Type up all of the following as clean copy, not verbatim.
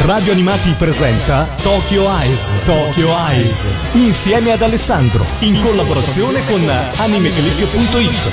Radio Animati presenta Tokyo Eyes. Tokyo Eyes. Insieme ad Alessandro. In collaborazione con AnimeClick.it.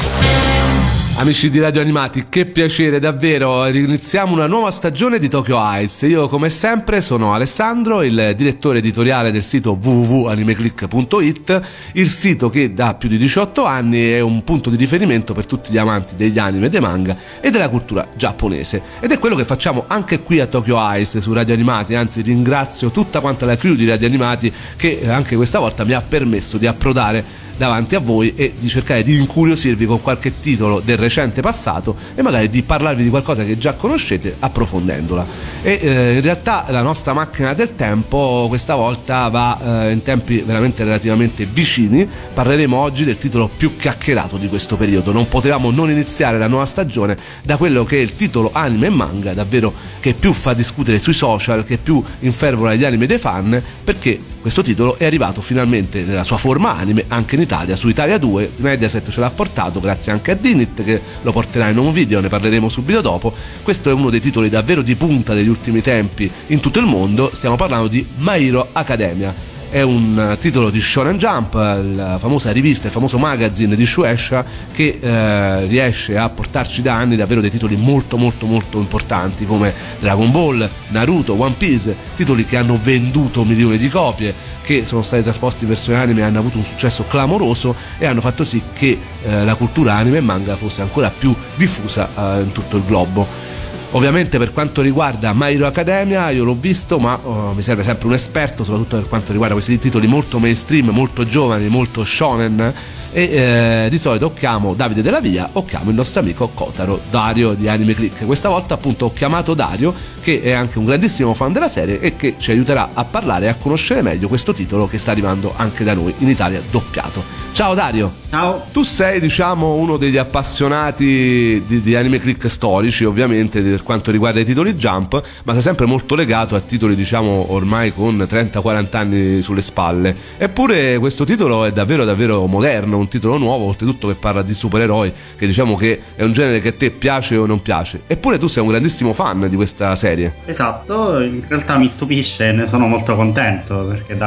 Amici di Radio Animati, che piacere davvero, iniziamo una nuova stagione di Tokyo Eyes. Io come sempre sono Alessandro, il direttore editoriale del sito www.animeclick.it, il sito che da più di 18 anni è un punto di riferimento per tutti gli amanti degli anime, dei manga e della cultura giapponese. Ed è quello che facciamo anche qui a Tokyo Eyes su Radio Animati, anzi ringrazio tutta quanta la crew di Radio Animati che anche questa volta mi ha permesso di approdare davanti a voi e di cercare di incuriosirvi con qualche titolo del recente passato e magari di parlarvi di qualcosa che già conoscete approfondendola. E in realtà la nostra macchina del tempo questa volta va in tempi veramente relativamente vicini. Parleremo oggi del titolo più chiacchierato di questo periodo. Non potevamo non iniziare la nuova stagione da quello che è il titolo anime e manga davvero che più fa discutere sui social, che più infervora gli anime dei fan, perché questo titolo è arrivato finalmente nella sua forma anime anche in Italia, su Italia 2, Mediaset ce l'ha portato grazie anche a Dinit che lo porterà in un video, ne parleremo subito dopo. Questo è uno dei titoli davvero di punta degli ultimi tempi in tutto il mondo, stiamo parlando di My Hero Academia. È un titolo di Shonen Jump, la famosa rivista, il famoso magazine di Shueisha che riesce a portarci da anni davvero dei titoli molto molto molto importanti come Dragon Ball, Naruto, One Piece, titoli che hanno venduto milioni di copie, che sono stati trasposti in versione anime e hanno avuto un successo clamoroso e hanno fatto sì che la cultura anime e manga fosse ancora più diffusa in tutto il globo. Ovviamente per quanto riguarda My Hero Academia io l'ho visto, ma mi serve sempre un esperto, soprattutto per quanto riguarda questi titoli molto mainstream, molto giovani, molto shonen, e di solito o chiamo Davide Della Via o chiamo il nostro amico Kotaro, Dario di Anime Click. Questa volta appunto ho chiamato Dario, che è anche un grandissimo fan della serie e che ci aiuterà a parlare e a conoscere meglio questo titolo che sta arrivando anche da noi in Italia doppiato. Ciao Dario. Ciao. Tu sei diciamo uno degli appassionati di Anime Click storici, ovviamente per quanto riguarda i titoli Jump, ma sei sempre molto legato a titoli diciamo ormai con 30-40 anni sulle spalle. Eppure questo titolo è davvero davvero moderno, un titolo nuovo, oltretutto che parla di supereroi, che diciamo che è un genere che a te piace o non piace. Eppure tu sei un grandissimo fan di questa serie. Esatto, in realtà mi stupisce e ne sono molto contento perché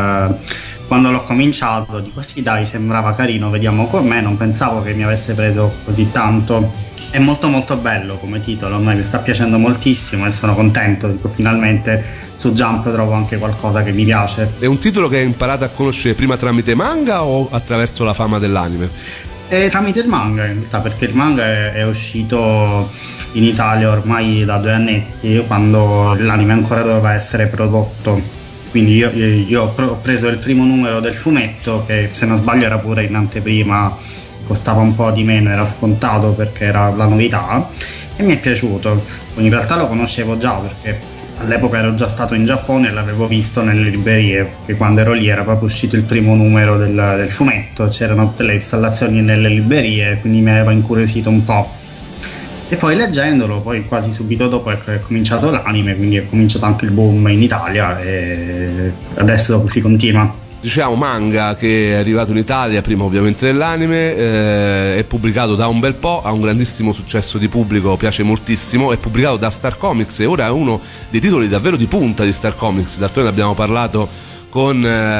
quando l'ho cominciato dico sì dai, sembrava carino, vediamo com'è, non pensavo che mi avesse preso così tanto. È molto molto bello come titolo, a me mi sta piacendo moltissimo e sono contento, dico finalmente su Jump trovo anche qualcosa che mi piace. È un titolo che hai imparato a conoscere prima tramite manga o attraverso la fama dell'anime? Tramite il manga in realtà, perché il manga è uscito in Italia ormai da 2 annetti, quando l'anime ancora doveva essere prodotto. Quindi io ho preso il primo numero del fumetto, che se non sbaglio era pure in anteprima, costava un po' di meno, era scontato perché era la novità e mi è piaciuto. In realtà lo conoscevo già perché all'epoca ero già stato in Giappone e l'avevo visto nelle librerie, perché quando ero lì era proprio uscito il primo numero del fumetto, c'erano tutte le installazioni nelle librerie, quindi mi aveva incuriosito un po'. E poi leggendolo, poi quasi subito dopo è cominciato l'anime, quindi è cominciato anche il boom in Italia e adesso si continua. Diciamo manga che è arrivato in Italia prima ovviamente dell'anime, è pubblicato da un bel po', ha un grandissimo successo di pubblico, piace moltissimo, è pubblicato da Star Comics e ora è uno dei titoli davvero di punta di Star Comics. D'altronde abbiamo parlato con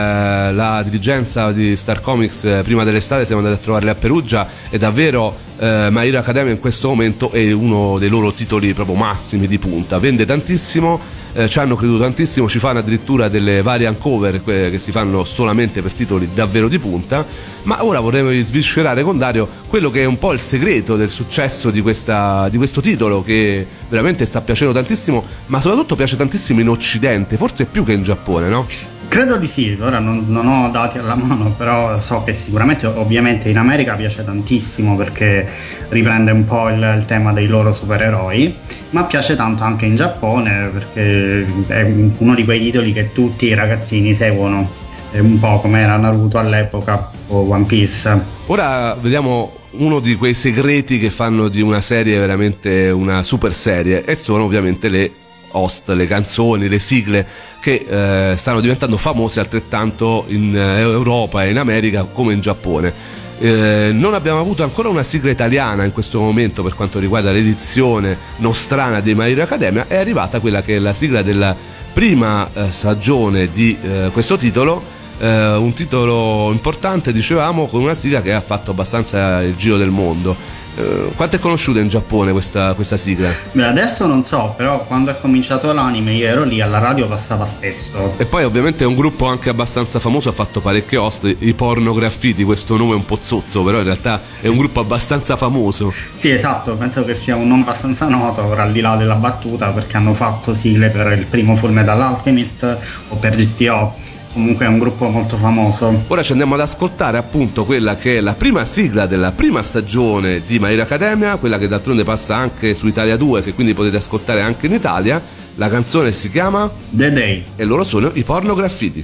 la dirigenza di Star Comics prima dell'estate, siamo andati a trovarli a Perugia e davvero My Hero Academia in questo momento è uno dei loro titoli proprio massimi di punta, vende tantissimo, ci hanno creduto tantissimo, ci fanno addirittura delle variant cover che si fanno solamente per titoli davvero di punta. Ma ora vorrei sviscerare con Dario quello che è un po' il segreto del successo di questo titolo, che veramente sta piacendo tantissimo, ma soprattutto piace tantissimo in Occidente, forse più che in Giappone, no? Credo di sì, ora non ho dati alla mano, però so che sicuramente ovviamente in America piace tantissimo perché riprende un po' il tema dei loro supereroi, ma piace tanto anche in Giappone perché è uno di quei titoli che tutti i ragazzini seguono, è un po' come era Naruto all'epoca o One Piece. Ora vediamo uno di quei segreti che fanno di una serie veramente una super serie, e sono ovviamente le host, le canzoni, le sigle che stanno diventando famose altrettanto in Europa e in America come in Giappone. Non abbiamo avuto ancora una sigla italiana in questo momento per quanto riguarda l'edizione nostrana di My Hero Academia. È arrivata quella che è la sigla del prima stagione di questo titolo, un titolo importante, dicevamo, con una sigla che ha fatto abbastanza il giro del mondo. Quanto è conosciuta in Giappone questa sigla? Beh, adesso non so, però quando è cominciato l'anime io ero lì, alla radio passava spesso. E poi ovviamente è un gruppo anche abbastanza famoso, ha fatto parecchie host, i Pornograffiti, questo nome è un po' zozzo, però in realtà è un gruppo abbastanza famoso. Sì, esatto, penso che sia un nome abbastanza noto, ora al di là della battuta, perché hanno fatto sigle per il primo Full Metal Alchemist o per GTO. Comunque è un gruppo molto famoso. Ora ci andiamo ad ascoltare appunto quella che è la prima sigla della prima stagione di My Hero Academia, quella che d'altronde passa anche su Italia 2, che quindi potete ascoltare anche in Italia. La canzone si chiama The Day e loro sono i Pornograffiti.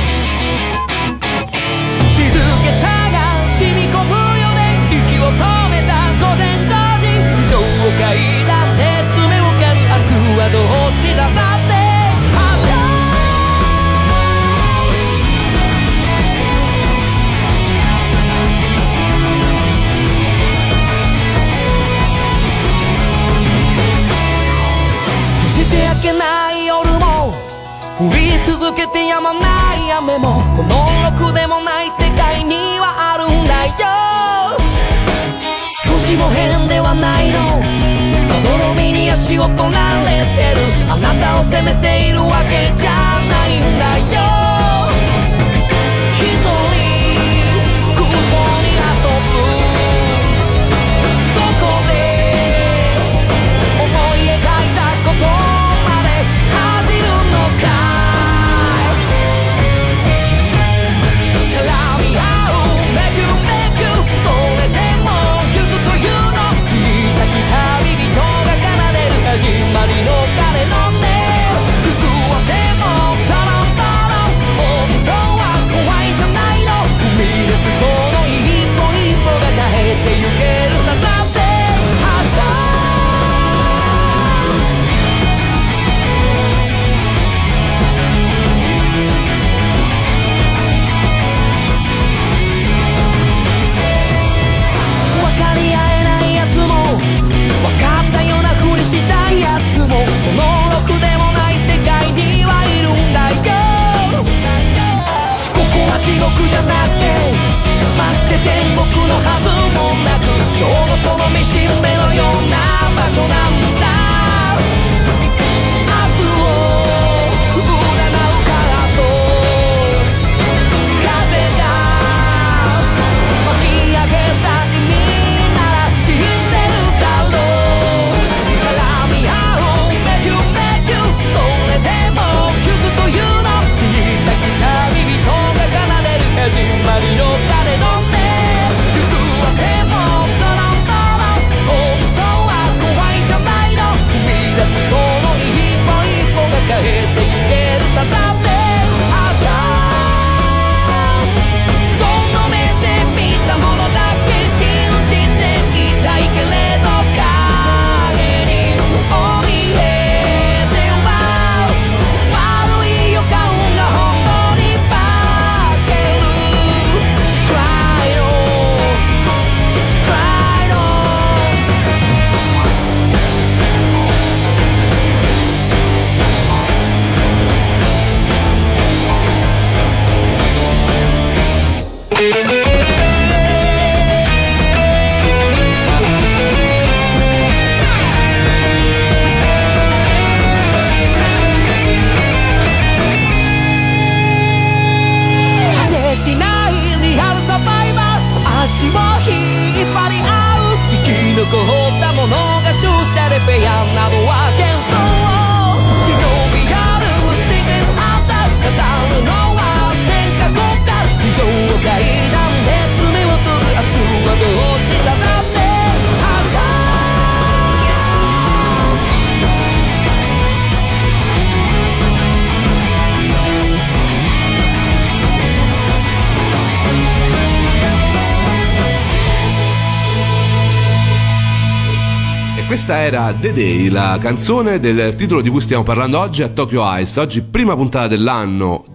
Questa era The Day, la canzone del titolo di cui stiamo parlando oggi a Tokyo Ice. Oggi prima puntata dell'anno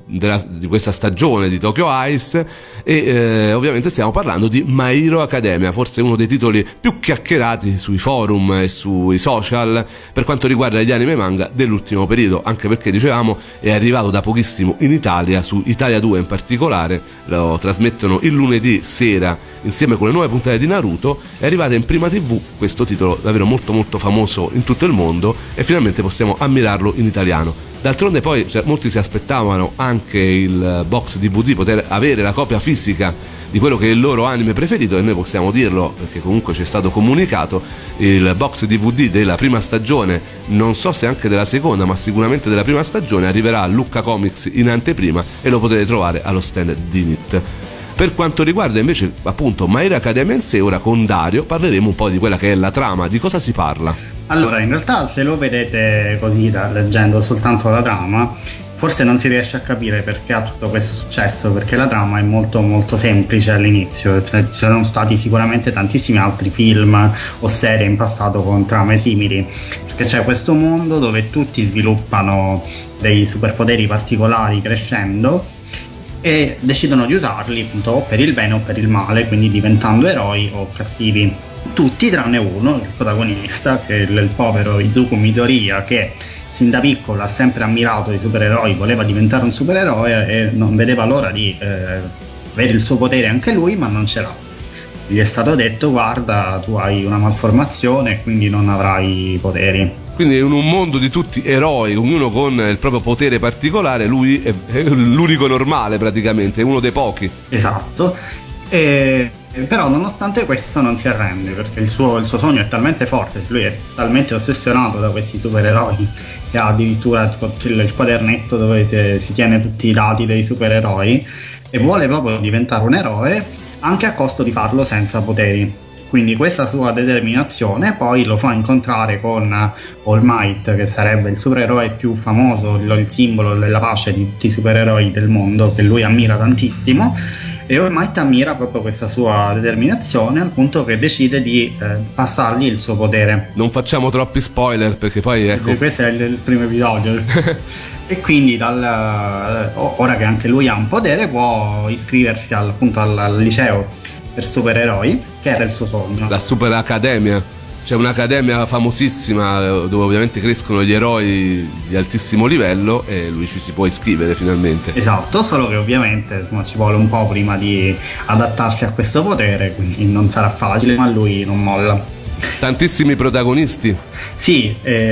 di questa stagione di Tokyo Eyes, e ovviamente stiamo parlando di My Hero Academia, forse uno dei titoli più chiacchierati sui forum e sui social per quanto riguarda gli anime e manga dell'ultimo periodo, anche perché dicevamo è arrivato da pochissimo in Italia, su Italia 2 in particolare, lo trasmettono il lunedì sera insieme con le nuove puntate di Naruto. È arrivato in Prima TV questo titolo davvero molto molto famoso in tutto il mondo e finalmente possiamo ammirarlo in italiano. D'altronde poi molti si aspettavano anche il box DVD, poter avere la copia fisica di quello che è il loro anime preferito, e noi possiamo dirlo perché comunque ci è stato comunicato: il box DVD della prima stagione, non so se anche della seconda, ma sicuramente della prima stagione, arriverà a Lucca Comics in anteprima e lo potete trovare allo stand di NIT. Per quanto riguarda invece appunto My Hero Academia in sé, ora con Dario parleremo un po' di quella che è la trama, di cosa si parla. Allora, in realtà se lo vedete così leggendo soltanto la trama, forse non si riesce a capire perché ha tutto questo successo, perché la trama è molto molto semplice all'inizio. Cioè, ci sono stati sicuramente tantissimi altri film o serie in passato con trame simili, perché c'è questo mondo dove tutti sviluppano dei superpoteri particolari crescendo e decidono di usarli appunto o per il bene o per il male, quindi diventando eroi o cattivi. Tutti tranne uno, il protagonista, che è il povero Izuku Midoriya, che sin da piccolo ha sempre ammirato i supereroi, voleva diventare un supereroe e non vedeva l'ora di avere il suo potere anche lui, ma non ce l'ha. Gli è stato detto: guarda, tu hai una malformazione e quindi non avrai poteri. Quindi in un mondo di tutti eroi, ognuno con il proprio potere particolare, lui è l'unico normale praticamente, è uno dei pochi. Esatto. Però nonostante questo non si arrende, perché il suo sogno è talmente forte, lui è talmente ossessionato da questi supereroi che ha addirittura il quadernetto dove si tiene tutti i dati dei supereroi, e vuole proprio diventare un eroe anche a costo di farlo senza poteri. Quindi questa sua determinazione poi lo fa incontrare con All Might, che sarebbe il supereroe più famoso, il simbolo della pace di tutti i supereroi del mondo, che lui ammira tantissimo. E All Might ammira proprio questa sua determinazione al punto che decide di passargli il suo potere. Non facciamo troppi spoiler perché poi ecco. Questo è il primo episodio. E quindi ora che anche lui ha un potere, può iscriversi appunto al liceo per supereroi, che era il suo sogno. La Super Accademia, c'è un'accademia famosissima dove ovviamente crescono gli eroi di altissimo livello e lui ci si può iscrivere finalmente. Esatto, solo che ovviamente ci vuole un po' prima di adattarsi a questo potere, quindi non sarà facile, ma lui non molla. Tantissimi protagonisti. Sì,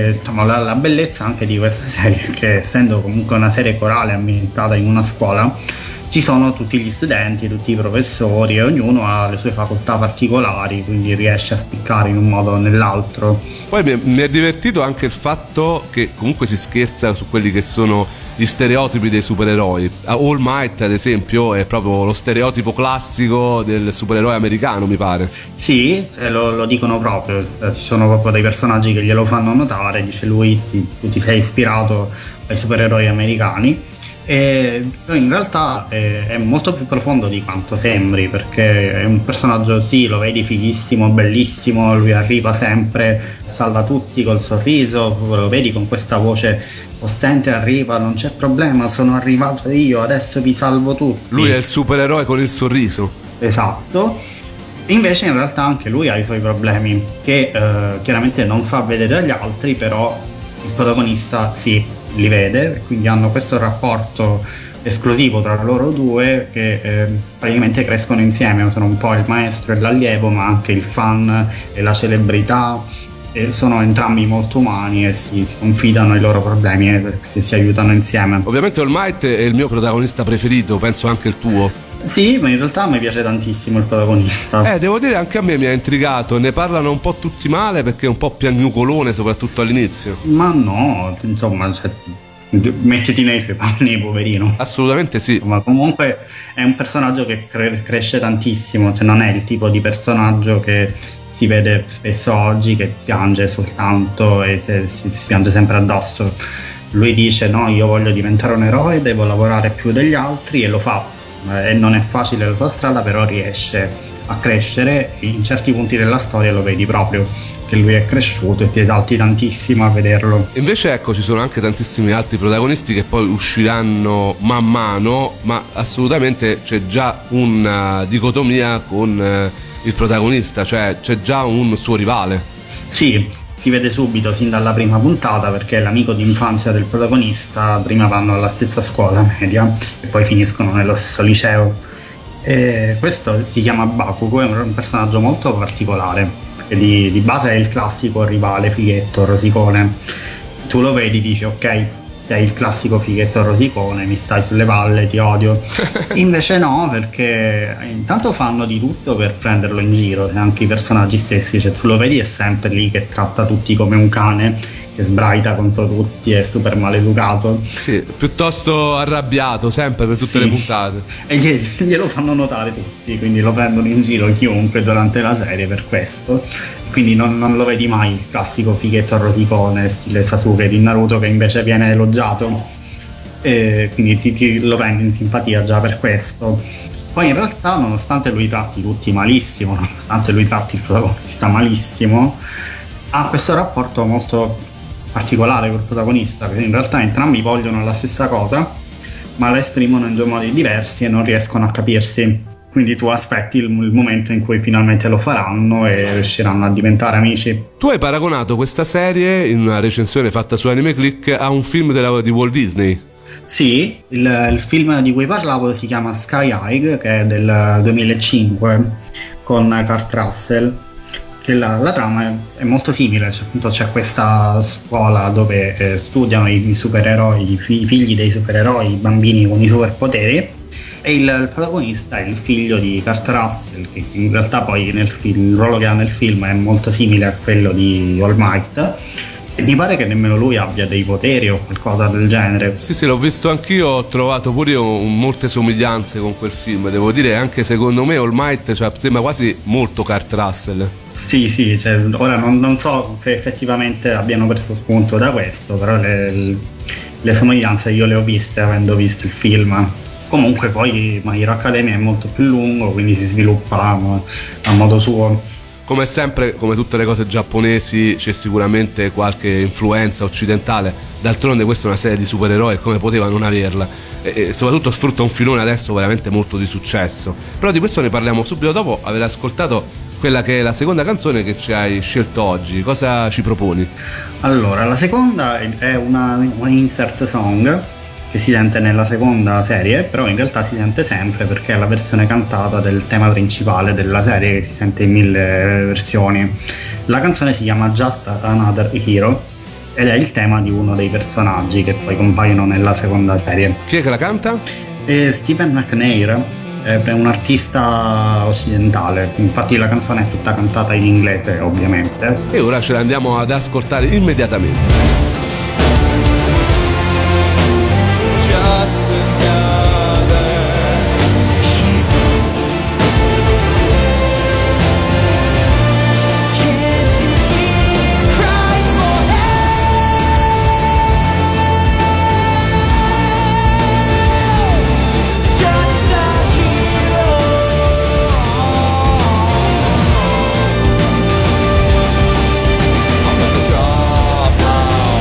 la bellezza anche di questa serie è che, essendo comunque una serie corale ambientata in una scuola, ci sono tutti gli studenti, tutti i professori, e ognuno ha le sue facoltà particolari, quindi riesce a spiccare in un modo o nell'altro. Poi mi è divertito anche il fatto che comunque si scherza su quelli che sono gli stereotipi dei supereroi. All Might, ad esempio, è proprio lo stereotipo classico del supereroe americano, mi pare. Sì, lo dicono proprio, ci sono proprio dei personaggi che glielo fanno notare, dice lui: tu ti sei ispirato ai supereroi americani. E in realtà è molto più profondo di quanto sembri, perché è un personaggio, sì, lo vedi fighissimo, bellissimo, lui arriva sempre, salva tutti col sorriso, lo vedi con questa voce possente, arriva, non c'è problema, sono arrivato io, adesso vi salvo tutti. Lui è il supereroe con il sorriso. Esatto. Invece in realtà anche lui ha i suoi problemi, che chiaramente non fa vedere agli altri, però il protagonista sì, li vede, quindi hanno questo rapporto esclusivo tra loro due, che praticamente crescono insieme, sono un po' il maestro e l'allievo, ma anche il fan e la celebrità, e sono entrambi molto umani e si confidano i loro problemi e si aiutano insieme. Ovviamente All Might è il mio protagonista preferito, penso anche il tuo. Sì, ma in realtà a me piace tantissimo il protagonista. Devo dire, anche a me mi ha intrigato. Ne parlano un po' tutti male perché è un po' piagnucolone, soprattutto all'inizio. Ma no, insomma, mettiti nei suoi panni, poverino. Assolutamente sì. Ma comunque è un personaggio che cresce tantissimo, cioè non è il tipo di personaggio che si vede spesso oggi, che piange soltanto e si piange sempre addosso. Lui dice: no, io voglio diventare un eroe, devo lavorare più degli altri, e lo fa e non è facile la sua strada, però riesce a crescere e in certi punti della storia lo vedi proprio che lui è cresciuto e ti esalti tantissimo a vederlo. Invece ecco, ci sono anche tantissimi altri protagonisti che poi usciranno man mano, ma assolutamente c'è già una dicotomia con il protagonista, cioè c'è già un suo rivale. Sì, si vede subito sin dalla prima puntata, perché è l'amico d'infanzia del protagonista, prima vanno alla stessa scuola media e poi finiscono nello stesso liceo. E questo si chiama Bakugo, è un personaggio molto particolare, perché di base è il classico rivale fighetto rosicone. Tu lo vedi, dici ok, sei il classico fighetto rosicone, mi stai sulle palle, ti odio. Invece no, perché intanto fanno di tutto per prenderlo in giro, anche i personaggi stessi, cioè tu lo vedi è sempre lì che tratta tutti come un cane, che sbraita contro tutti, è super maleducato. Sì, piuttosto arrabbiato sempre per tutte le puntate. E glielo fanno notare tutti, quindi lo prendono in giro chiunque durante la serie per questo. Quindi non lo vedi mai il classico fighetto rosicone stile Sasuke di Naruto, che invece viene elogiato, e quindi ti lo prendi in simpatia già per questo. Poi in realtà, nonostante lui tratti tutti malissimo, nonostante lui tratti il protagonista malissimo, ha questo rapporto molto particolare col protagonista, perché in realtà entrambi vogliono la stessa cosa, ma la esprimono in due modi diversi e non riescono a capirsi. Quindi tu aspetti il momento in cui finalmente lo faranno e riusciranno a diventare amici. Tu hai paragonato questa serie, in una recensione fatta su Anime Click, a un film di Walt Disney. Sì, il film di cui parlavo si chiama Sky High, che è del 2005, con Kurt Russell. Che la trama è molto simile, cioè, appunto, c'è questa scuola dove studiano i supereroi, i figli dei supereroi, i bambini con i superpoteri, e il protagonista è il figlio di Kurt Russell, che in realtà poi il ruolo che ha nel film è molto simile a quello di All Might. E mi pare che nemmeno lui abbia dei poteri o qualcosa del genere. Sì, l'ho visto anch'io, ho trovato pure io molte somiglianze con quel film, devo dire, anche secondo me All Might, cioè, sembra quasi molto Kurt Russell. Sì, cioè, ora non so se effettivamente abbiano preso spunto da questo, però le somiglianze io le ho viste avendo visto il film. Comunque poi My Hero Academia è molto più lungo, quindi si sviluppa a modo suo. Come sempre, come tutte le cose giapponesi, c'è sicuramente qualche influenza occidentale. D'altronde questa è una serie di supereroi, come poteva non averla? E soprattutto sfrutta un filone adesso veramente molto di successo. Però di questo ne parliamo subito dopo aver ascoltato quella che è la seconda canzone che ci hai scelto oggi. Cosa ci proponi? Allora, la seconda è una insert song che si sente nella seconda serie, però in realtà si sente sempre perché è la versione cantata del tema principale della serie, che si sente in 1000 versioni. La canzone si chiama Just Another Hero ed è il tema di uno dei personaggi che poi compaiono nella seconda serie. Chi è che la canta? Stephen McNair, è un artista occidentale, infatti la canzone è tutta cantata in inglese ovviamente. E ora ce la andiamo ad ascoltare immediatamente. Drop out.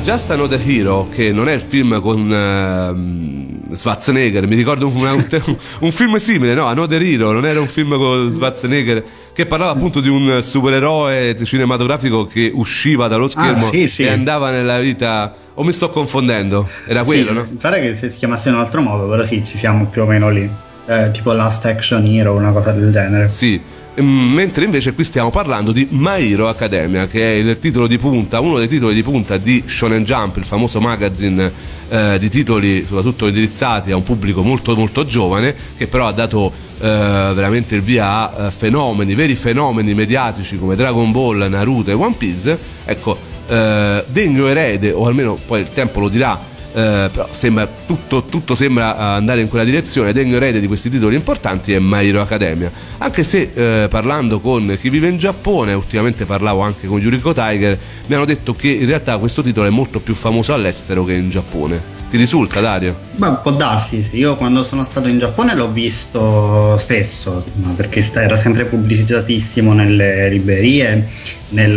Just Another Hero, che non è il film con Schwarzenegger, mi ricordo un film simile, no? Another Hero, non era un film con Schwarzenegger che parlava appunto di un supereroe cinematografico che usciva dallo schermo e andava nella vita. O mi sto confondendo? Era quello, no? Mi pare che si chiamasse in un altro modo, però sì, ci siamo più o meno lì. Tipo Last Action Hero, una cosa del genere. Sì. Mentre invece qui stiamo parlando di My Hero Academia, che è il titolo di punta, uno dei titoli di punta di Shonen Jump, il famoso magazine di titoli soprattutto indirizzati a un pubblico molto molto giovane, che però ha dato veramente il via a veri fenomeni mediatici come Dragon Ball, Naruto e One Piece. Ecco, degno erede, o almeno poi il tempo lo dirà, però sembra tutto sembra andare in quella direzione. Degno erede di questi titoli importanti è My Hero Academia, anche se parlando con chi vive in Giappone, ultimamente parlavo anche con Yuriko Tiger, mi hanno detto che in realtà questo titolo è molto più famoso all'estero che in Giappone. Ti risulta, Dario? Beh, può darsi. Io quando sono stato in Giappone l'ho visto spesso, perché era sempre pubblicizzatissimo nelle librerie, nei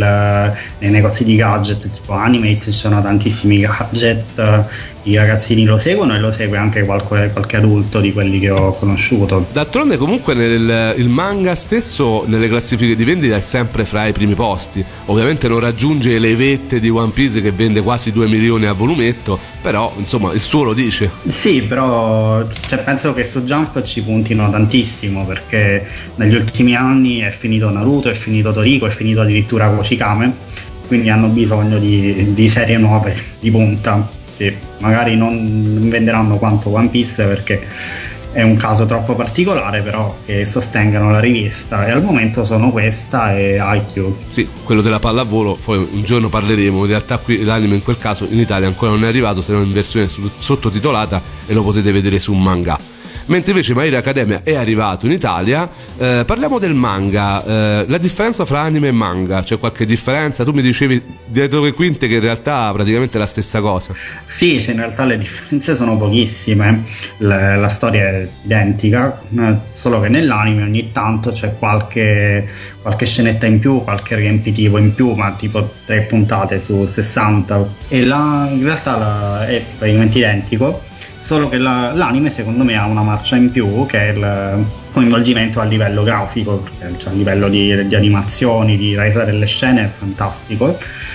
negozi di gadget tipo Animate, ci sono tantissimi gadget, i ragazzini lo seguono e lo segue anche qualche adulto di quelli che ho conosciuto. D'altronde comunque il manga stesso nelle classifiche di vendita è sempre fra i primi posti. Ovviamente non raggiunge le vette di One Piece che vende quasi 2 milioni a volumetto, però insomma il suo lo dice. Sì, però penso che su Jump ci puntino tantissimo, perché negli ultimi anni è finito Naruto, è finito Toriko, è finito addirittura Kochikame, quindi hanno bisogno di serie nuove di punta, che magari non venderanno quanto One Piece perché è un caso troppo particolare, però che sostengano la rivista, e al momento sono questa e Haikyuu. Sì, quello della pallavolo, poi un giorno parleremo. In realtà qui l'anime in quel caso in Italia ancora non è arrivato, se non in versione sottotitolata, e lo potete vedere su Manga. Mentre invece My Hero Academia è arrivato in Italia. Parliamo del manga, la differenza fra anime e manga, c'è qualche differenza? Tu mi dicevi dietro le quinte che in realtà praticamente è la stessa cosa. Sì, in realtà le differenze sono pochissime, la storia è identica, solo che nell'anime ogni tanto c'è qualche scenetta in più, qualche riempitivo in più, ma tipo 3 puntate su 60, e in realtà è praticamente identico. Solo che l'anime secondo me ha una marcia in più, che è il coinvolgimento a livello grafico, cioè a livello di animazioni, di resa delle scene è fantastico,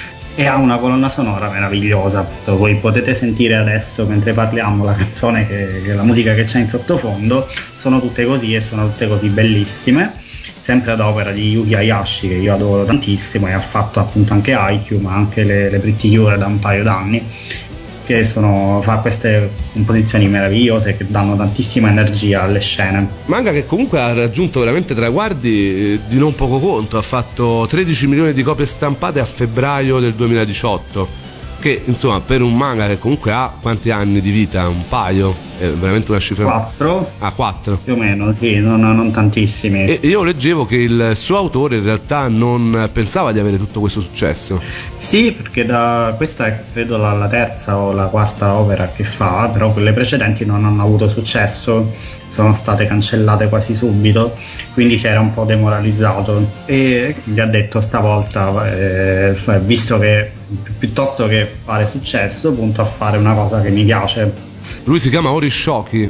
e ha una colonna sonora meravigliosa. Voi potete sentire adesso mentre parliamo la canzone, che la musica che c'è in sottofondo, sono tutte così e sono tutte così bellissime, sempre ad opera di Yuki Hayashi, che io adoro tantissimo, e ha fatto appunto anche Haikyuu, ma anche le Pretty Cure da un paio d'anni, che fa queste composizioni meravigliose che danno tantissima energia alle scene. Manga che comunque ha raggiunto veramente traguardi di non poco conto, ha fatto 13 milioni di copie stampate a febbraio del 2018, che insomma per un manga che comunque ha quanti anni di vita? Un paio? È veramente una cifra. 4? Ah, 4 più o meno, sì, non tantissimi. E io leggevo che il suo autore in realtà non pensava di avere tutto questo successo. Sì, perché questa è credo la terza o la quarta opera che fa, però quelle precedenti non hanno avuto successo, sono state cancellate quasi subito, quindi si era un po' demoralizzato, e gli ha detto stavolta, visto che piuttosto che fare successo, punto a fare una cosa che mi piace. Lui si chiama Horikoshi.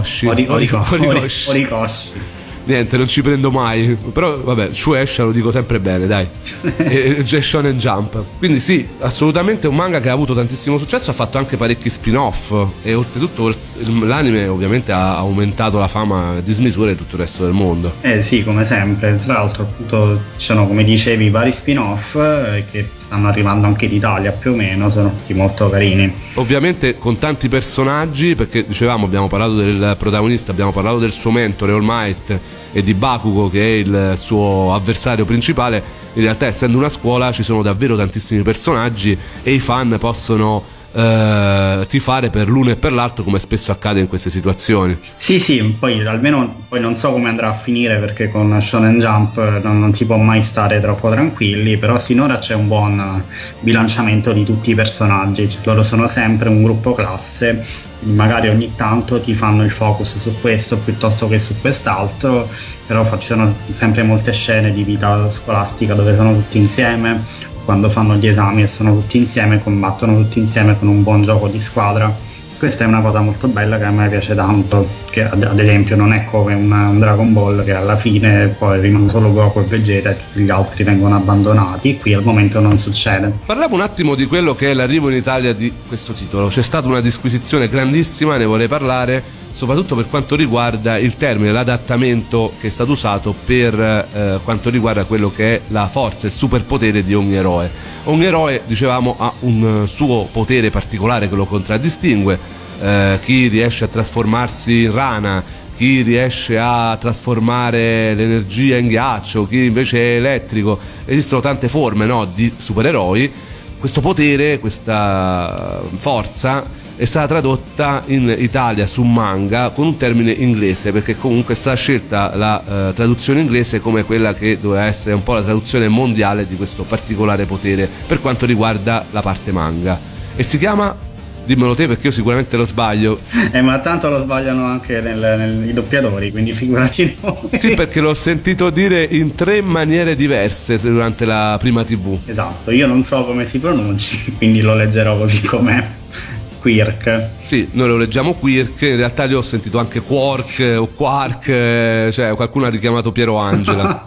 Niente, non ci prendo mai, però vabbè, Shueisha lo dico sempre bene, dai. C'è Shonen Jump. Quindi sì, assolutamente un manga che ha avuto tantissimo successo, ha fatto anche parecchi spin-off, e oltretutto l'anime ovviamente ha aumentato la fama a dismisura di tutto il resto del mondo. Sì, come sempre. Tra l'altro appunto ci sono, come dicevi, vari spin-off che stanno arrivando anche in Italia più o meno, sono tutti molto carini. Ovviamente con tanti personaggi, perché dicevamo, abbiamo parlato del protagonista, abbiamo parlato del suo mentore All Might e di Bakugo, che è il suo avversario principale. In realtà, essendo una scuola, ci sono davvero tantissimi personaggi e i fan possono tifare per l'uno e per l'altro, come spesso accade in queste situazioni. Sì, poi almeno poi non so come andrà a finire, perché con Shonen Jump non si può mai stare troppo tranquilli, però sinora c'è un buon bilanciamento di tutti i personaggi, cioè, loro sono sempre un gruppo classe, magari ogni tanto ti fanno il focus su questo piuttosto che su quest'altro, però facciano sempre molte scene di vita scolastica dove sono tutti insieme, quando fanno gli esami e sono tutti insieme, combattono tutti insieme con un buon gioco di squadra. Questa è una cosa molto bella che a me piace tanto, che ad esempio non è come un Dragon Ball che alla fine poi rimane solo Goku e Vegeta e tutti gli altri vengono abbandonati. Qui al momento non succede. Parliamo un attimo di quello che è l'arrivo in Italia di questo titolo. C'è stata una disquisizione grandissima, ne vorrei parlare, soprattutto per quanto riguarda il termine, l'adattamento che è stato usato per quanto riguarda quello che è la forza, il superpotere di ogni eroe. Ogni eroe, dicevamo, ha un suo potere particolare che lo contraddistingue. Chi riesce a trasformarsi in rana, chi riesce a trasformare l'energia in ghiaccio, chi invece è elettrico. Esistono tante forme, no, di supereroi. Questo potere, questa forza è stata tradotta in Italia su manga con un termine inglese, perché comunque è stata scelta la traduzione inglese come quella che doveva essere un po' la traduzione mondiale di questo particolare potere per quanto riguarda la parte manga, e si chiama, dimmelo te perché io sicuramente lo sbaglio. Ma tanto lo sbagliano anche i doppiatori, quindi figurati noi. Sì, perché l'ho sentito dire in 3 maniere diverse durante la prima TV. Esatto, io non so come si pronunci, quindi lo leggerò così com'è. Quirk. Sì, noi lo leggiamo Quirk, in realtà io ho sentito anche Quark o Quark, cioè qualcuno ha richiamato Piero Angela.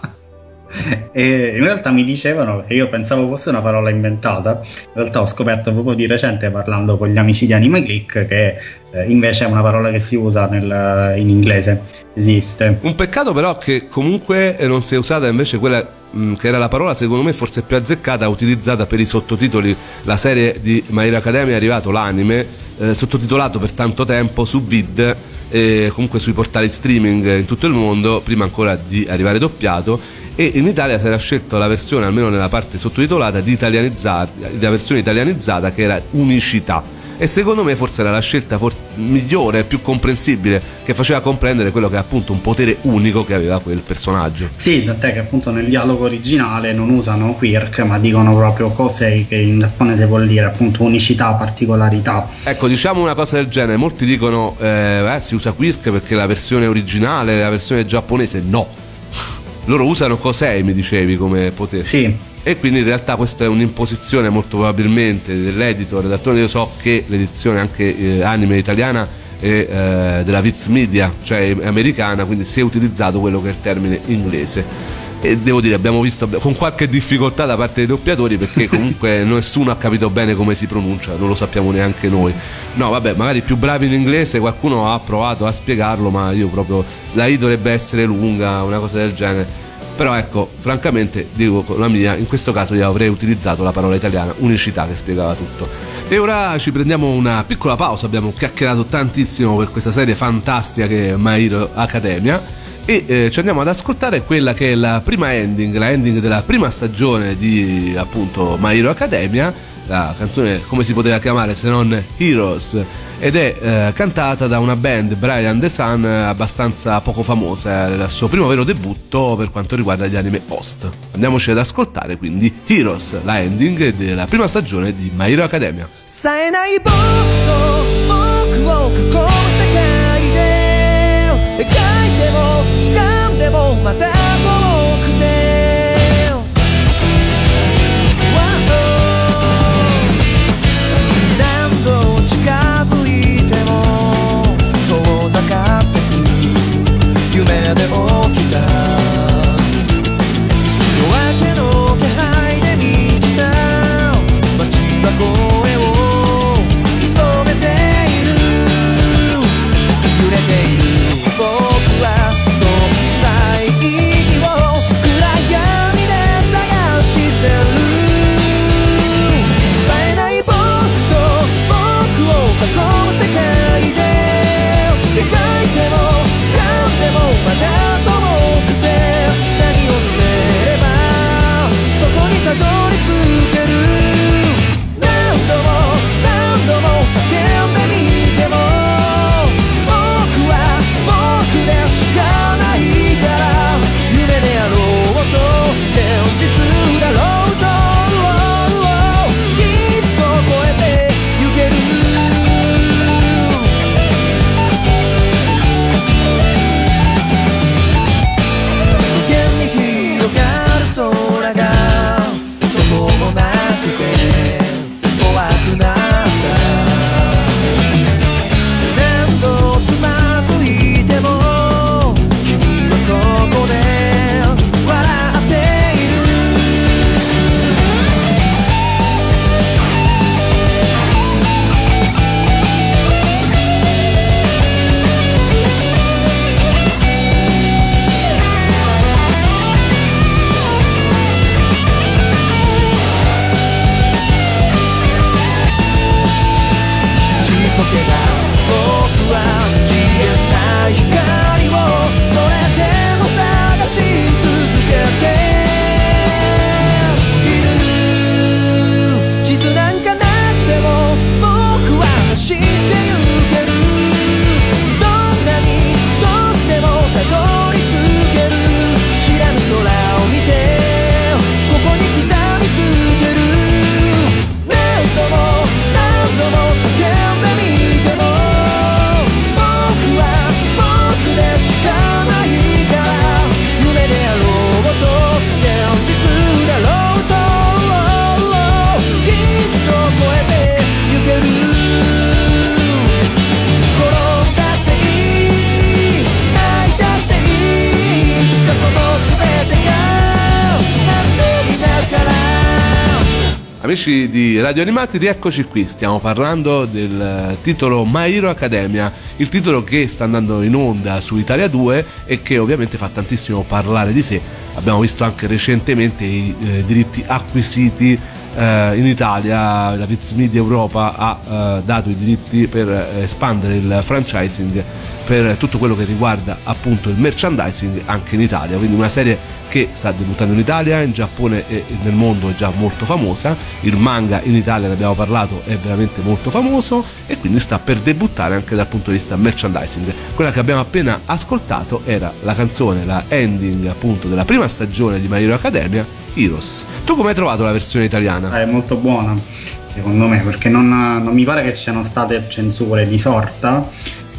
E in realtà mi dicevano, che io pensavo fosse una parola inventata, in realtà ho scoperto proprio di recente parlando con gli amici di Anime Click che invece è una parola che si usa in inglese, esiste. Un peccato però che comunque non sia usata invece quella che era la parola secondo me forse più azzeccata, utilizzata per i sottotitoli. La serie di My Hero Academia è arrivato l'anime sottotitolato per tanto tempo su Vid e comunque sui portali streaming in tutto il mondo prima ancora di arrivare doppiato, e in Italia si era scelto la versione, almeno nella parte sottotitolata, la versione italianizzata, che era Unicità, e secondo me forse era la scelta migliore, più comprensibile, che faceva comprendere quello che è appunto un potere unico che aveva quel personaggio. Sì, tant'è che appunto nel dialogo originale non usano Quirk ma dicono proprio Kosei, che in giapponese vuol dire appunto unicità, particolarità. Ecco, diciamo una cosa del genere, molti dicono si usa Quirk perché la versione originale, la versione giapponese no, loro usano Kosei, mi dicevi, come potere. Sì. E quindi in realtà questa è un'imposizione molto probabilmente dell'editor. D'altronde io so che l'edizione anche anime italiana è della Viz Media, cioè americana, quindi si è utilizzato quello che è il termine inglese. E devo dire, abbiamo visto con qualche difficoltà da parte dei doppiatori, perché comunque nessuno ha capito bene come si pronuncia, non lo sappiamo neanche noi. No, vabbè, magari più bravi in inglese, qualcuno ha provato a spiegarlo, ma io proprio, la I dovrebbe essere lunga, una cosa del genere. Però ecco, francamente, dico la mia, in questo caso io avrei utilizzato la parola italiana unicità, che spiegava tutto. E ora ci prendiamo una piccola pausa, abbiamo chiacchierato tantissimo per questa serie fantastica che è My Hero Academia, e ci andiamo ad ascoltare quella che è la prima ending, la ending della prima stagione di appunto My Hero Academia. La canzone come si poteva chiamare se non Heroes, ed è cantata da una band, Brian The Sun, abbastanza poco famosa, il suo primo vero debutto per quanto riguarda gli anime post. Andiamoci ad ascoltare quindi Heroes, la ending della prima stagione di My Hero Academia. Amici di Radio Animati, rieccoci qui, stiamo parlando del titolo My Hero Academia, il titolo che sta andando in onda su Italia 2 e che ovviamente fa tantissimo parlare di sé. Abbiamo visto anche recentemente i diritti acquisiti in Italia, la Viz Media Europa ha dato i diritti per espandere il franchising per tutto quello che riguarda appunto il merchandising anche in Italia, quindi una serie che sta debuttando in Italia, in Giappone e nel mondo è già molto famosa. Il manga in Italia, ne abbiamo parlato, è veramente molto famoso e quindi sta per debuttare anche dal punto di vista merchandising. Quella che abbiamo appena ascoltato era la canzone, la ending appunto della prima stagione di My Hero Academia, Heroes. Tu come hai trovato la versione italiana? È molto buona secondo me, perché non mi pare che ci siano state censure di sorta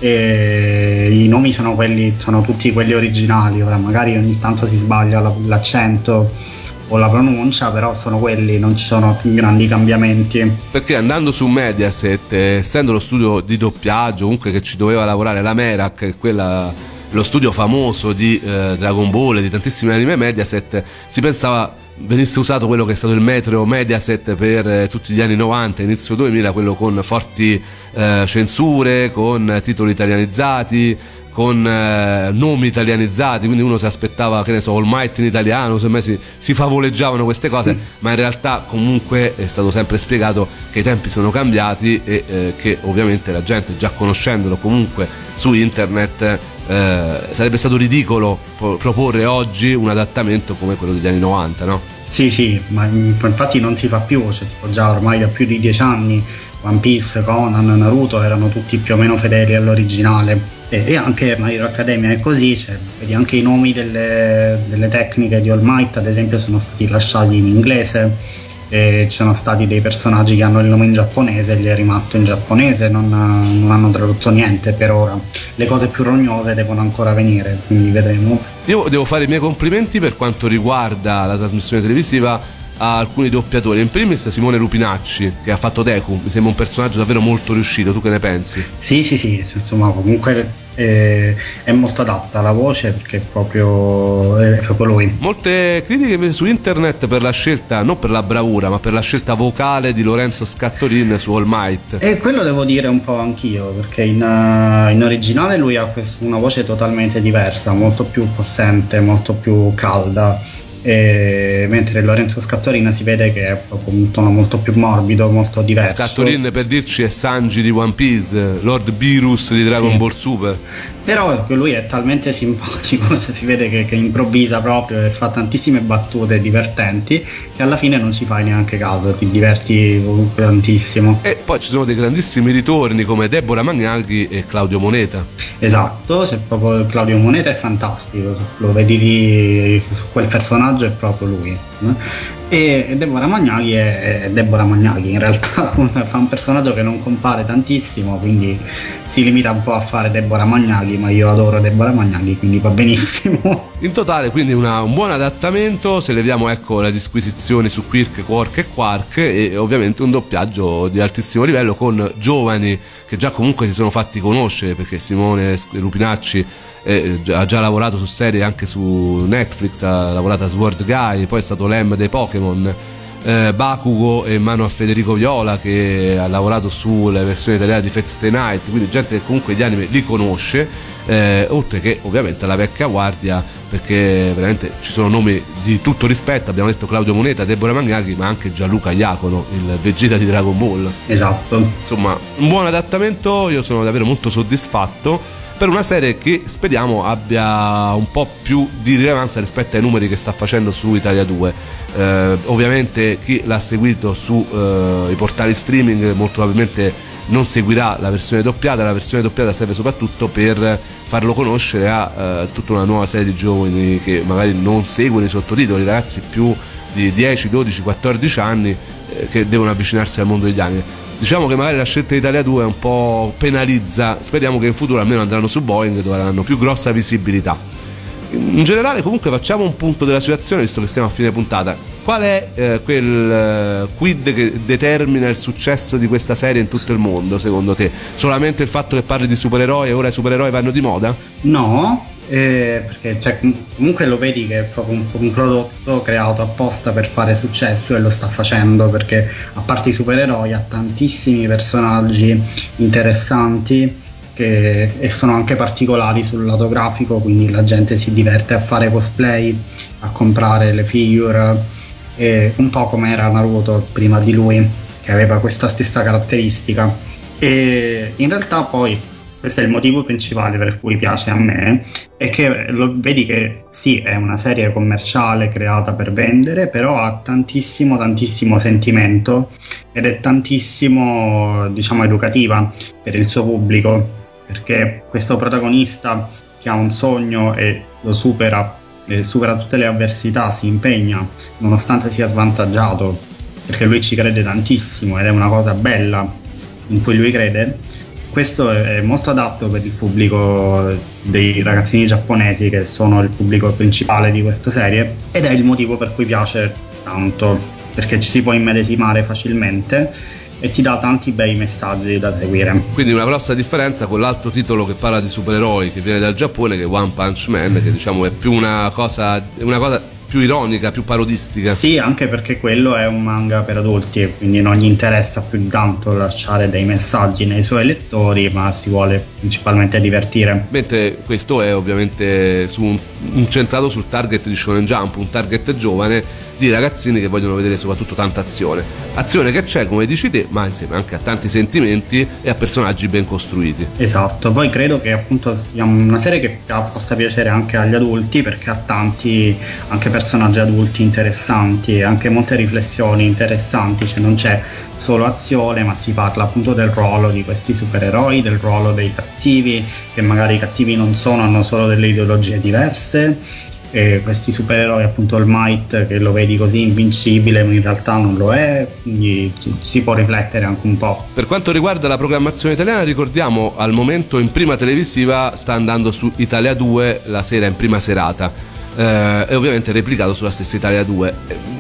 e i nomi sono tutti quelli originali. Ora magari ogni tanto si sbaglia l'accento o la pronuncia, però sono quelli, non ci sono più grandi cambiamenti. Perché andando su Mediaset, essendo lo studio di doppiaggio comunque che ci doveva lavorare la Merak, lo studio famoso di Dragon Ball e di tantissimi anime Mediaset, si pensava venisse usato quello che è stato il metro Mediaset per tutti gli anni 90, inizio 2000, quello con forti censure, con titoli italianizzati, con nomi italianizzati, quindi uno si aspettava, che ne so, All Might in italiano, semmai si favoleggiavano queste cose, ma in realtà comunque è stato sempre spiegato che i tempi sono cambiati e che ovviamente la gente, già conoscendolo comunque su internet, sarebbe stato ridicolo proporre oggi un adattamento come quello degli anni 90, no? Sì, ma infatti non si fa più, cioè tipo già ormai da più di 10 anni One Piece, Conan, Naruto erano tutti più o meno fedeli all'originale. E anche My Hero Academia è così, cioè, vedi anche i nomi delle tecniche di All Might ad esempio sono stati lasciati in inglese, e ci sono stati dei personaggi che hanno il nome in giapponese e gli è rimasto in giapponese, non hanno tradotto niente per ora. Le cose più rognose devono ancora venire, quindi vedremo. Io devo fare i miei complimenti per quanto riguarda la trasmissione televisiva a alcuni doppiatori, in primis Simone Lupinacci che ha fatto Deku, mi sembra un personaggio davvero molto riuscito. Tu che ne pensi? Sì, insomma comunque è molto adatta alla voce, perché è proprio lui. Molte critiche invece su internet per la scelta, non per la bravura, ma per la scelta vocale di Lorenzo Scattorin su All Might. E quello devo dire un po' anch'io, perché in originale lui ha una voce totalmente diversa, molto più possente, molto più calda. Mentre Lorenzo Scattorin si vede che è proprio un tono molto più morbido, molto diverso. Scattorin, per dirci, è Sanji di One Piece, Lord Beerus di Dragon Ball Super. Però lui è talmente simpatico, cioè si vede che improvvisa proprio e fa tantissime battute divertenti che alla fine non ci fai neanche caso, ti diverti comunque tantissimo. E poi ci sono dei grandissimi ritorni come Deborah Magnaghi e Claudio Moneta. Esatto, c'è proprio Claudio Moneta, è fantastico, lo vedi lì su quel personaggio, è proprio lui. E Deborah Magnaghi è Deborah Magnaghi, in realtà fa un personaggio che non compare tantissimo, quindi si limita un po' a fare Deborah Magnaghi, ma io adoro Deborah Magnaghi, quindi va benissimo. In totale quindi un buon adattamento, se leviamo ecco le disquisizioni su Quirk, Quark e Quark, e ovviamente un doppiaggio di altissimo livello con giovani che già comunque si sono fatti conoscere, perché Simone Lupinacci ha già lavorato su serie anche su Netflix, ha lavorato a Sword Guy, poi è stato l'Em dei Pokémon, Bakugo e mano a Federico Viola che ha lavorato sulle versioni italiane di Fate Stay Night, quindi gente che comunque gli anime li conosce, oltre che ovviamente la vecchia guardia, perché veramente ci sono nomi di tutto rispetto, abbiamo detto Claudio Moneta, Deborah Magnaghi, ma anche Gianluca Iacono, il Vegeta di Dragon Ball. Esatto. Insomma, un buon adattamento, io sono davvero molto soddisfatto per una serie che speriamo abbia un po' più di rilevanza rispetto ai numeri che sta facendo su Italia 2. Ovviamente chi l'ha seguito su i portali streaming molto probabilmente non seguirà la versione doppiata serve soprattutto per farlo conoscere a tutta una nuova serie di giovani che magari non seguono i sottotitoli, ragazzi più di 10, 12, 14 anni che devono avvicinarsi al mondo degli anime. Diciamo che magari la scelta di Italia 2 un po' penalizza, speriamo che in futuro almeno andranno su Boeing dove avranno più grossa visibilità. In generale comunque facciamo un punto della situazione, visto che siamo a fine puntata. Qual è quel quid che determina il successo di questa serie in tutto il mondo secondo te? Solamente il fatto che parli di supereroi e ora i supereroi vanno di moda? No, perché cioè, comunque lo vedi che è proprio un prodotto creato apposta per fare successo, e lo sta facendo, perché a parte i supereroi ha tantissimi personaggi interessanti e sono anche particolari sul lato grafico, quindi la gente si diverte a fare cosplay, a comprare le figure, un po' come era Naruto prima di lui, che aveva questa stessa caratteristica. E in realtà poi questo è il motivo principale per cui piace a me, è che vedi che sì, è una serie commerciale creata per vendere, però ha tantissimo sentimento ed è tantissimo, diciamo, educativa per il suo pubblico, perché questo protagonista che ha un sogno e lo supera tutte le avversità, si impegna nonostante sia svantaggiato, perché lui ci crede tantissimo ed è una cosa bella in cui lui crede. Questo è molto adatto per il pubblico dei ragazzini giapponesi, che sono il pubblico principale di questa serie, ed è il motivo per cui piace tanto, perché ci si può immedesimare facilmente e ti dà tanti bei messaggi da seguire. Quindi una grossa differenza con l'altro titolo che parla di supereroi, che viene dal Giappone, che è One Punch Man, che diciamo è più una cosa più ironica, più parodistica. Sì, anche perché quello è un manga per adulti e quindi non gli interessa più di tanto lasciare dei messaggi nei suoi lettori, ma si vuole principalmente divertire. Mentre questo è ovviamente incentrato sul target di Shonen Jump, un target giovane di ragazzini che vogliono vedere soprattutto tanta azione che c'è, come dici te, ma insieme anche a tanti sentimenti e a personaggi ben costruiti. Esatto, poi credo che appunto sia una serie che possa piacere anche agli adulti, perché ha tanti anche personaggi adulti interessanti e anche molte riflessioni interessanti, cioè non c'è solo azione, ma si parla appunto del ruolo di questi supereroi, del ruolo dei cattivi, che magari i cattivi non sono, hanno solo delle ideologie diverse, e questi supereroi, appunto All Might, che lo vedi così invincibile ma in realtà non lo è, quindi si può riflettere anche un po'. Per quanto riguarda la programmazione italiana, ricordiamo al momento in prima televisiva sta andando su Italia 2 la sera in prima serata, e ovviamente replicato sulla stessa Italia 2.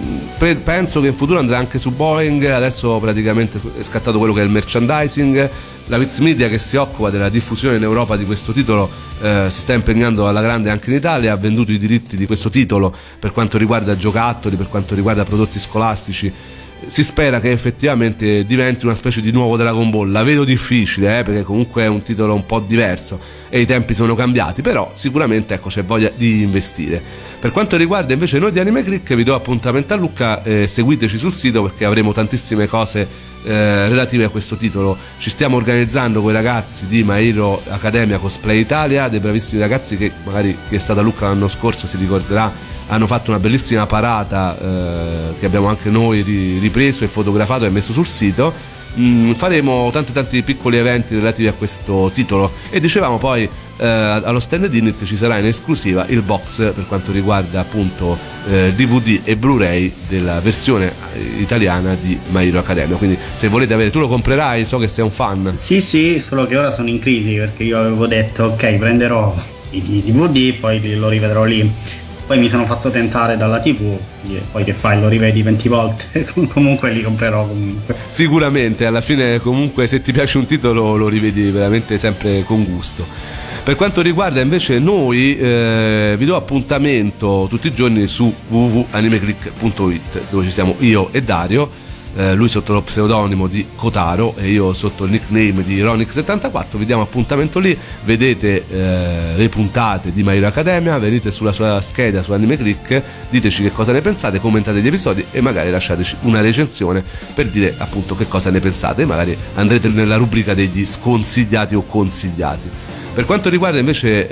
Penso che in futuro andrà anche su Boeing. Adesso praticamente è scattato quello che è il merchandising. La Viz Media, che si occupa della diffusione in Europa di questo titolo, si sta impegnando alla grande anche in Italia, ha venduto i diritti di questo titolo per quanto riguarda giocattoli, per quanto riguarda prodotti scolastici. Si spera che effettivamente diventi una specie di nuovo Dragon Ball. La vedo difficile, perché comunque è un titolo un po' diverso e i tempi sono cambiati, però sicuramente ecco, c'è voglia di investire. Per quanto riguarda invece noi di Anime Click, vi do appuntamento a Lucca, seguiteci sul sito perché avremo tantissime cose relative a questo titolo. Ci stiamo organizzando con i ragazzi di My Hero Academia Cosplay Italia, dei bravissimi ragazzi che magari chi è stata a Lucca l'anno scorso si ricorderà, hanno fatto una bellissima parata che abbiamo anche noi ripreso e fotografato e messo sul sito. Faremo tanti piccoli eventi relativi a questo titolo, e dicevamo poi allo stand di Init ci sarà in esclusiva il box per quanto riguarda appunto DVD e Blu-ray della versione italiana di My Hero Academia. Quindi se volete avere, tu lo comprerai, so che sei un fan. Sì, solo che ora sono in crisi, perché io avevo detto ok, prenderò i DVD, poi lo rivedrò lì. Poi mi sono fatto tentare dalla TV, e poi che fai, lo rivedi 20 volte, comunque li comprerò comunque. Sicuramente, alla fine comunque se ti piace un titolo lo rivedi veramente sempre con gusto. Per quanto riguarda invece noi, vi do appuntamento tutti i giorni su www.animeclick.it, dove ci siamo io e Dario. Lui sotto lo pseudonimo di Kotaro e io sotto il nickname di Ronix74. Vi diamo appuntamento lì, vedete le puntate di My Hero Academia, venite sulla sua scheda su Anime Click, diteci che cosa ne pensate, commentate gli episodi e magari lasciateci una recensione per dire appunto che cosa ne pensate, e magari andrete nella rubrica degli sconsigliati o consigliati. Per quanto riguarda invece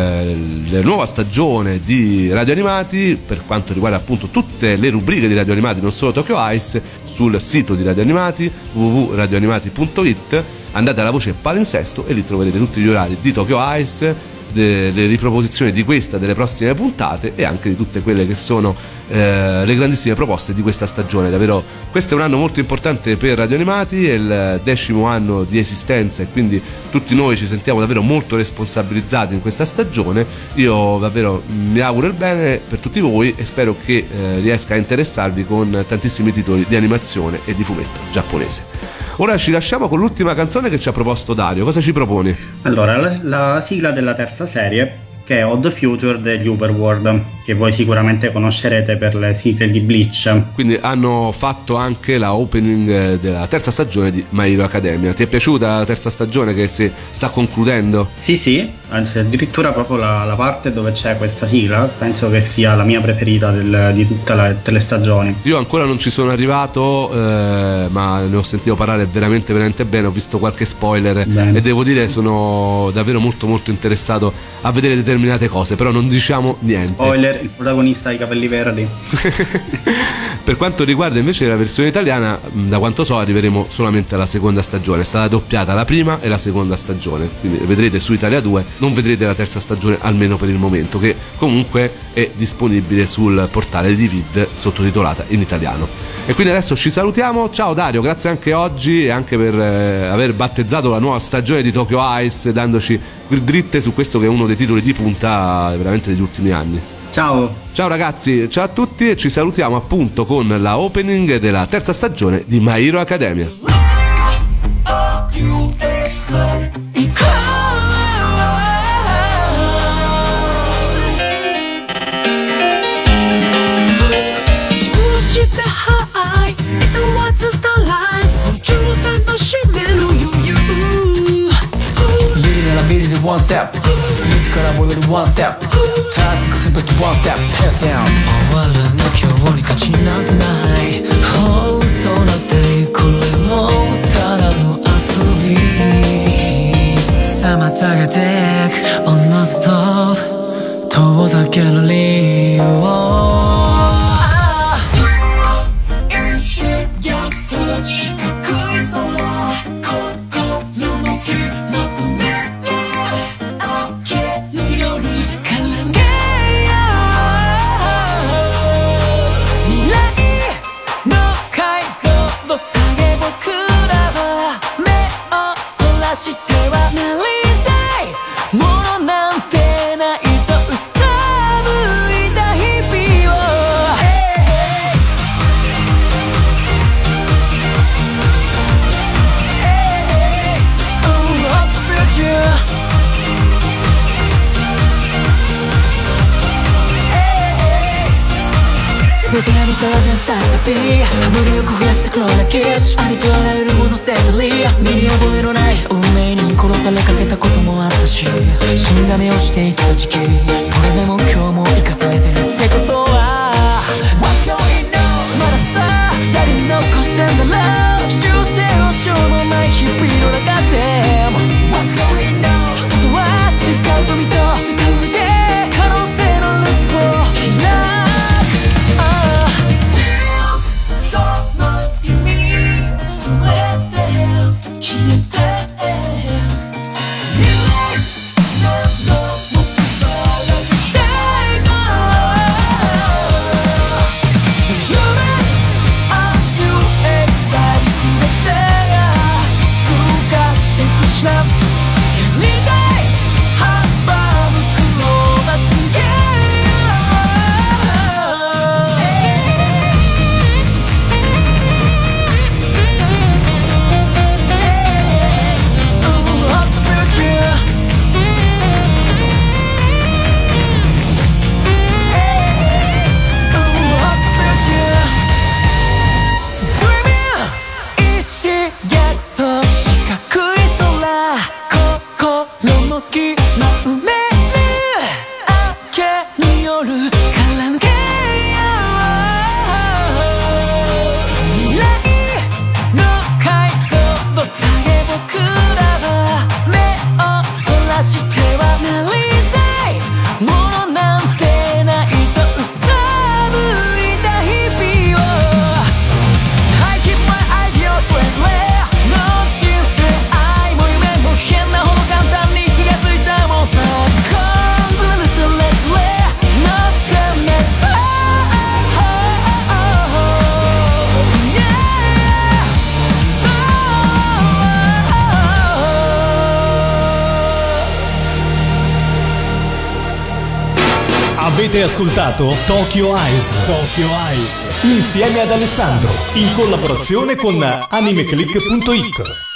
la nuova stagione di Radio Animati, per quanto riguarda appunto tutte le rubriche di Radio Animati, non solo Tokyo Ice, sul sito di Radio Animati www.radioanimati.it andate alla voce palinsesto e lì troverete tutti gli orari di Tokyo Ice, delle riproposizioni di questa, delle prossime puntate e anche di tutte quelle che sono le grandissime proposte di questa stagione. Davvero questo è un anno molto importante per Radio Animati, è il 10° anno di esistenza e quindi tutti noi ci sentiamo davvero molto responsabilizzati in questa stagione. Io davvero mi auguro il bene per tutti voi e spero che riesca a interessarvi con tantissimi titoli di animazione e di fumetto giapponese. Ora ci lasciamo con l'ultima canzone che ci ha proposto Dario. Cosa ci proponi? Allora, la sigla della terza serie che è Odd Future degli Overworld, che voi sicuramente conoscerete per le sigle di Bleach. Quindi hanno fatto anche la opening della terza stagione di My Hero Academia. Ti è piaciuta la terza stagione che si sta concludendo? Sì, anzi addirittura proprio la parte dove c'è questa sigla penso che sia la mia preferita di tutte le stagioni. Io ancora non ci sono arrivato, ma ne ho sentito parlare veramente bene, ho visto qualche spoiler e devo dire sono davvero molto molto interessato a vedere determinate cose, però non diciamo niente. Spoiler, il protagonista ha i capelli verdi. Per quanto riguarda invece la versione italiana, da quanto so arriveremo solamente alla seconda stagione, è stata doppiata la prima e la seconda stagione, quindi vedrete su Italia 2, non vedrete la terza stagione almeno per il momento, che comunque è disponibile sul portale di Vid sottotitolata in italiano. E quindi adesso ci salutiamo, ciao Dario, grazie anche oggi e anche per aver battezzato la nuova stagione di Tokyo Ice, dandoci dritte su questo che è uno dei titoli di punta veramente degli ultimi anni. Ciao ragazzi, ciao a tutti e ci salutiamo appunto con la opening della terza stagione di My Hero Academia. One step, musical and we're one step. Taskすべき one step, pass down. 終わらぬ今日に勝ちなんてない。Oh, そうなっていくこれもただの遊び。妨げてくおのずと遠ざける理由を。無理よく増やした黒歴史ありとあらゆるもの捨てたり身に覚えのない運命に殺されかけたこともあったし死んだ目をしていった時期それでも今日も生かされてるってことは What's going on まださやり残してんだろ修正のしょうのない日々の中で What's going on 人とは違うと見と歌うで可能性のルーツを開く Avete ascoltato Tokyo Eyes insieme ad Alessandro in collaborazione con animeclick.it.